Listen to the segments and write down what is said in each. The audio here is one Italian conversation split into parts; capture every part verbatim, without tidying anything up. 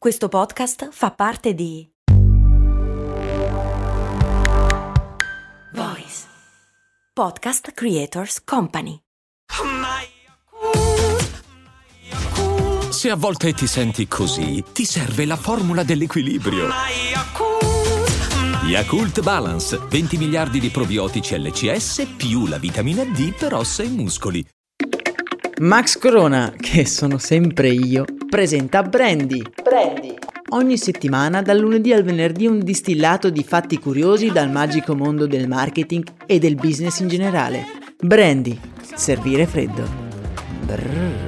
Questo podcast fa parte di Voice Podcast Creators Company. Se a volte ti senti così, ti serve la formula dell'equilibrio. Yakult Balance, venti miliardi di probiotici L C S più la vitamina D per ossa e muscoli. Max Corona, che sono sempre io, presenta Brandy. Brandy. Ogni settimana, dal lunedì al venerdì, un distillato di fatti curiosi dal magico mondo del marketing e del business in generale. Brandy. Servire freddo. Brrr.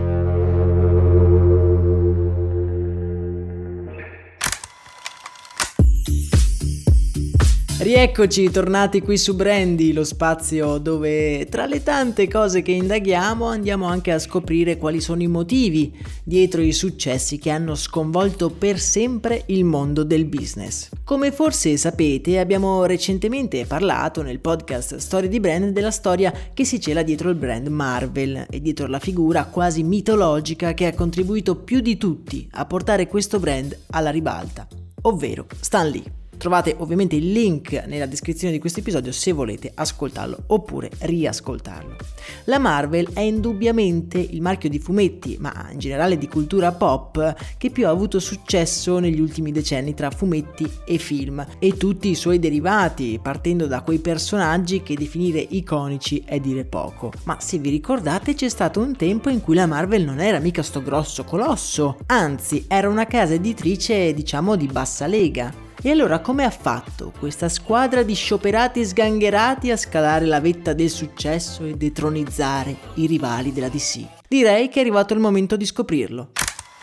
Rieccoci, tornati qui su Brandy, lo spazio dove tra le tante cose che indaghiamo andiamo anche a scoprire quali sono i motivi dietro i successi che hanno sconvolto per sempre il mondo del business. Come forse sapete, abbiamo recentemente parlato nel podcast Storie di Brand della storia che si cela dietro il brand Marvel e dietro la figura quasi mitologica che ha contribuito più di tutti a portare questo brand alla ribalta, ovvero Stan Lee. Trovate ovviamente il link nella descrizione di questo episodio se volete ascoltarlo oppure riascoltarlo. La Marvel è indubbiamente il marchio di fumetti, ma in generale di cultura pop, che più ha avuto successo negli ultimi decenni tra fumetti e film e tutti i suoi derivati, partendo da quei personaggi che definire iconici è dire poco. Ma se vi ricordate, c'è stato un tempo in cui la Marvel non era mica sto grosso colosso, anzi era una casa editrice diciamo di bassa lega. E allora come ha fatto questa squadra di scioperati sgangherati a scalare la vetta del successo e detronizzare i rivali della D C? Direi che è arrivato il momento di scoprirlo.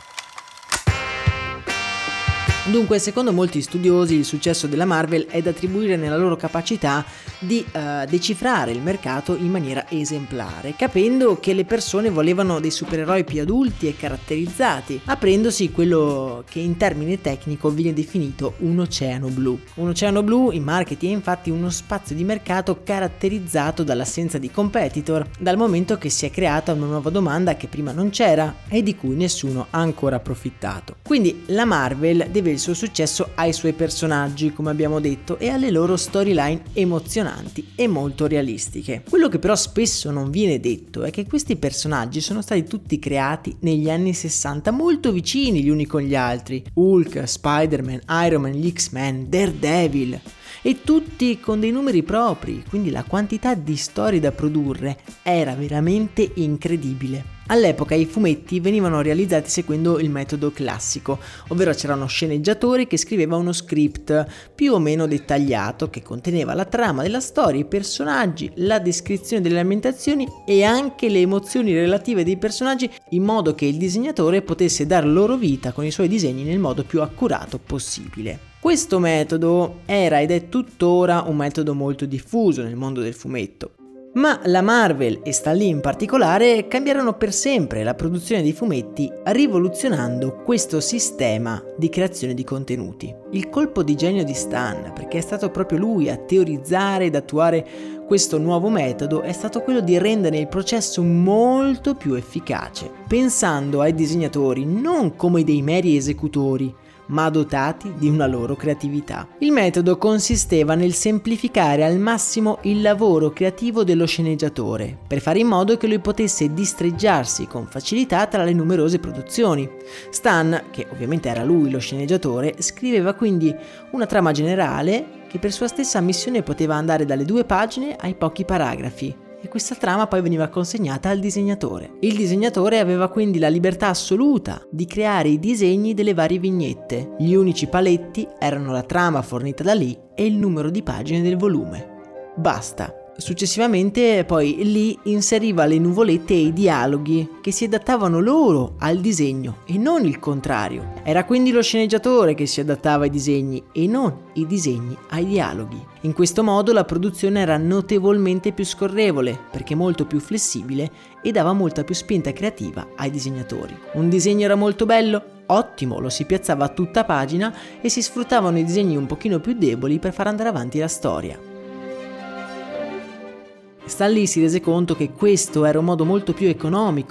Dunque, secondo molti studiosi, il successo della Marvel è da attribuire nella loro capacità di uh, decifrare il mercato in maniera esemplare, capendo che le persone volevano dei supereroi più adulti e caratterizzati, aprendosi quello che in termine tecnico viene definito un oceano blu. Un oceano blu in marketing è infatti uno spazio di mercato caratterizzato dall'assenza di competitor, dal momento che si è creata una nuova domanda che prima non c'era e di cui nessuno ha ancora approfittato. Quindi la Marvel deve il suo successo ai suoi personaggi, come abbiamo detto, e alle loro storyline emozionanti e molto realistiche. Quello che però spesso non viene detto è che questi personaggi sono stati tutti creati negli anni sessanta, molto vicini gli uni con gli altri. Hulk, Spider-Man, Iron Man, gli X-Men, Daredevil, e tutti con dei numeri propri, quindi la quantità di storie da produrre era veramente incredibile. All'epoca i fumetti venivano realizzati seguendo il metodo classico, ovvero c'era uno sceneggiatore che scriveva uno script più o meno dettagliato che conteneva la trama della storia, i personaggi, la descrizione delle ambientazioni e anche le emozioni relative dei personaggi, in modo che il disegnatore potesse dar loro vita con i suoi disegni nel modo più accurato possibile. Questo metodo era ed è tuttora un metodo molto diffuso nel mondo del fumetto. Ma la Marvel e Stan Lee in particolare cambiarono per sempre la produzione di fumetti, rivoluzionando questo sistema di creazione di contenuti. Il colpo di genio di Stan, perché è stato proprio lui a teorizzare ed attuare questo nuovo metodo, è stato quello di rendere il processo molto più efficace, pensando ai disegnatori non come dei meri esecutori, ma dotati di una loro creatività. Il metodo consisteva nel semplificare al massimo il lavoro creativo dello sceneggiatore, per fare in modo che lui potesse distreggiarsi con facilità tra le numerose produzioni. Stan, che ovviamente era lui lo sceneggiatore, scriveva quindi una trama generale che per sua stessa missione poteva andare dalle due pagine ai pochi paragrafi. E questa trama poi veniva consegnata al disegnatore. Il disegnatore aveva quindi la libertà assoluta di creare i disegni delle varie vignette. Gli unici paletti erano la trama fornita da Lee e il numero di pagine del volume. Basta. Successivamente poi Lee inseriva le nuvolette e i dialoghi che si adattavano loro al disegno e non il contrario. Era quindi lo sceneggiatore che si adattava ai disegni e non i disegni ai dialoghi. In questo modo la produzione era notevolmente più scorrevole perché molto più flessibile e dava molta più spinta creativa ai disegnatori. Un disegno era molto bello? Ottimo, lo si piazzava a tutta pagina e si sfruttavano i disegni un pochino più deboli per far andare avanti la storia. Stan Lee si rese conto che questo era un modo molto più economico di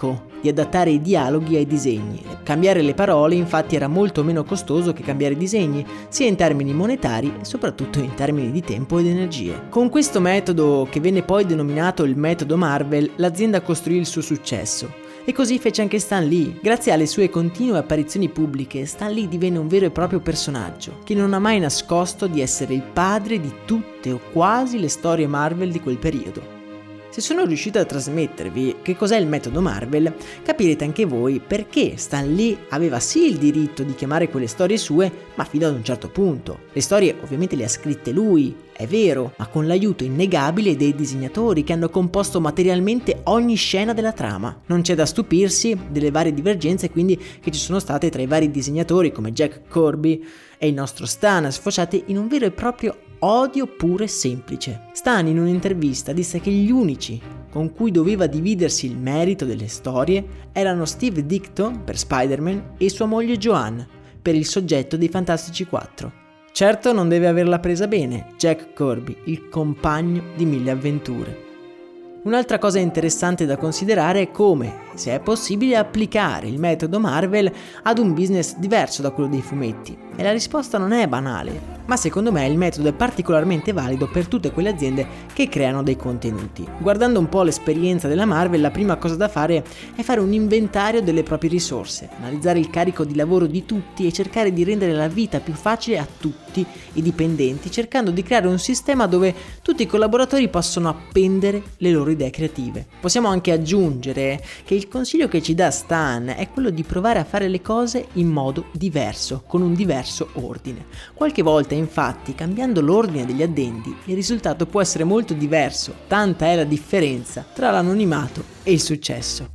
di adattare i dialoghi ai disegni. Cambiare le parole infatti era molto meno costoso che cambiare i disegni, sia in termini monetari e soprattutto in termini di tempo ed energie. Con questo metodo, che venne poi denominato il metodo Marvel, l'azienda costruì il suo successo. E così fece anche Stan Lee. Grazie alle sue continue apparizioni pubbliche, Stan Lee divenne un vero e proprio personaggio, che non ha mai nascosto di essere il padre di tutte o quasi le storie Marvel di quel periodo. Se sono riuscito a trasmettervi che cos'è il metodo Marvel, capirete anche voi perché Stan Lee aveva sì il diritto di chiamare quelle storie sue, ma fino ad un certo punto. Le storie ovviamente le ha scritte lui, è vero, ma con l'aiuto innegabile dei disegnatori che hanno composto materialmente ogni scena della trama. Non c'è da stupirsi delle varie divergenze quindi che ci sono state tra i vari disegnatori come Jack Kirby e il nostro Stan, sfociate in un vero e proprio odio puro e semplice. Stan in un'intervista disse che gli unici con cui doveva dividersi il merito delle storie erano Steve Ditko per Spider-Man e sua moglie Joanne per il soggetto dei Fantastici quattro. Certo non deve averla presa bene Jack Kirby, il compagno di mille avventure. Un'altra cosa interessante da considerare è come, se è possibile, applicare il metodo Marvel ad un business diverso da quello dei fumetti. E la risposta non è banale, ma secondo me il metodo è particolarmente valido per tutte quelle aziende che creano dei contenuti. Guardando un po' l'esperienza della Marvel, la prima cosa da fare è fare un inventario delle proprie risorse, analizzare il carico di lavoro di tutti e cercare di rendere la vita più facile a tutti i dipendenti, cercando di creare un sistema dove tutti i collaboratori possono appendere le loro idee creative. Possiamo anche aggiungere che il consiglio che ci dà Stan è quello di provare a fare le cose in modo diverso, con un diverso ordine. Qualche volta, infatti, cambiando l'ordine degli addendi, il risultato può essere molto diverso, tanta è la differenza tra l'anonimato e il successo.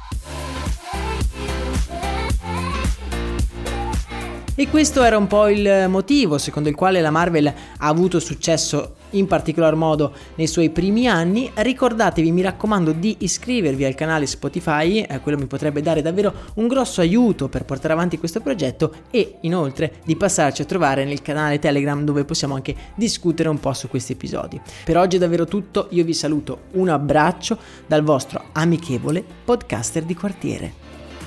E questo era un po' il motivo secondo il quale la Marvel ha avuto successo in particolar modo nei suoi primi anni. Ricordatevi, mi raccomando, di iscrivervi al canale Spotify, eh, quello mi potrebbe dare davvero un grosso aiuto per portare avanti questo progetto, e inoltre di passarci a trovare nel canale Telegram dove possiamo anche discutere un po' su questi episodi. Per oggi è davvero tutto, io vi saluto, un abbraccio dal vostro amichevole podcaster di quartiere.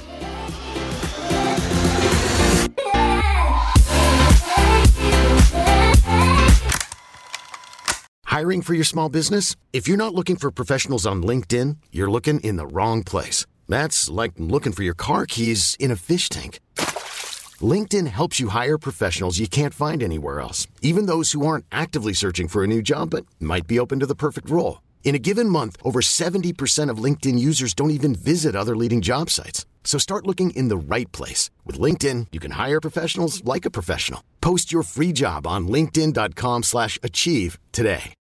Hiring for your small business? If you're not looking for professionals on LinkedIn, you're looking in the wrong place. That's like looking for your car keys in a fish tank. LinkedIn helps you hire professionals you can't find anywhere else, even those who aren't actively searching for a new job but might be open to the perfect role. In a given month, over seventy percent of LinkedIn users don't even visit other leading job sites. So start looking in the right place. With LinkedIn, you can hire professionals like a professional. Post your free job on linkedin dot com slash achieve today.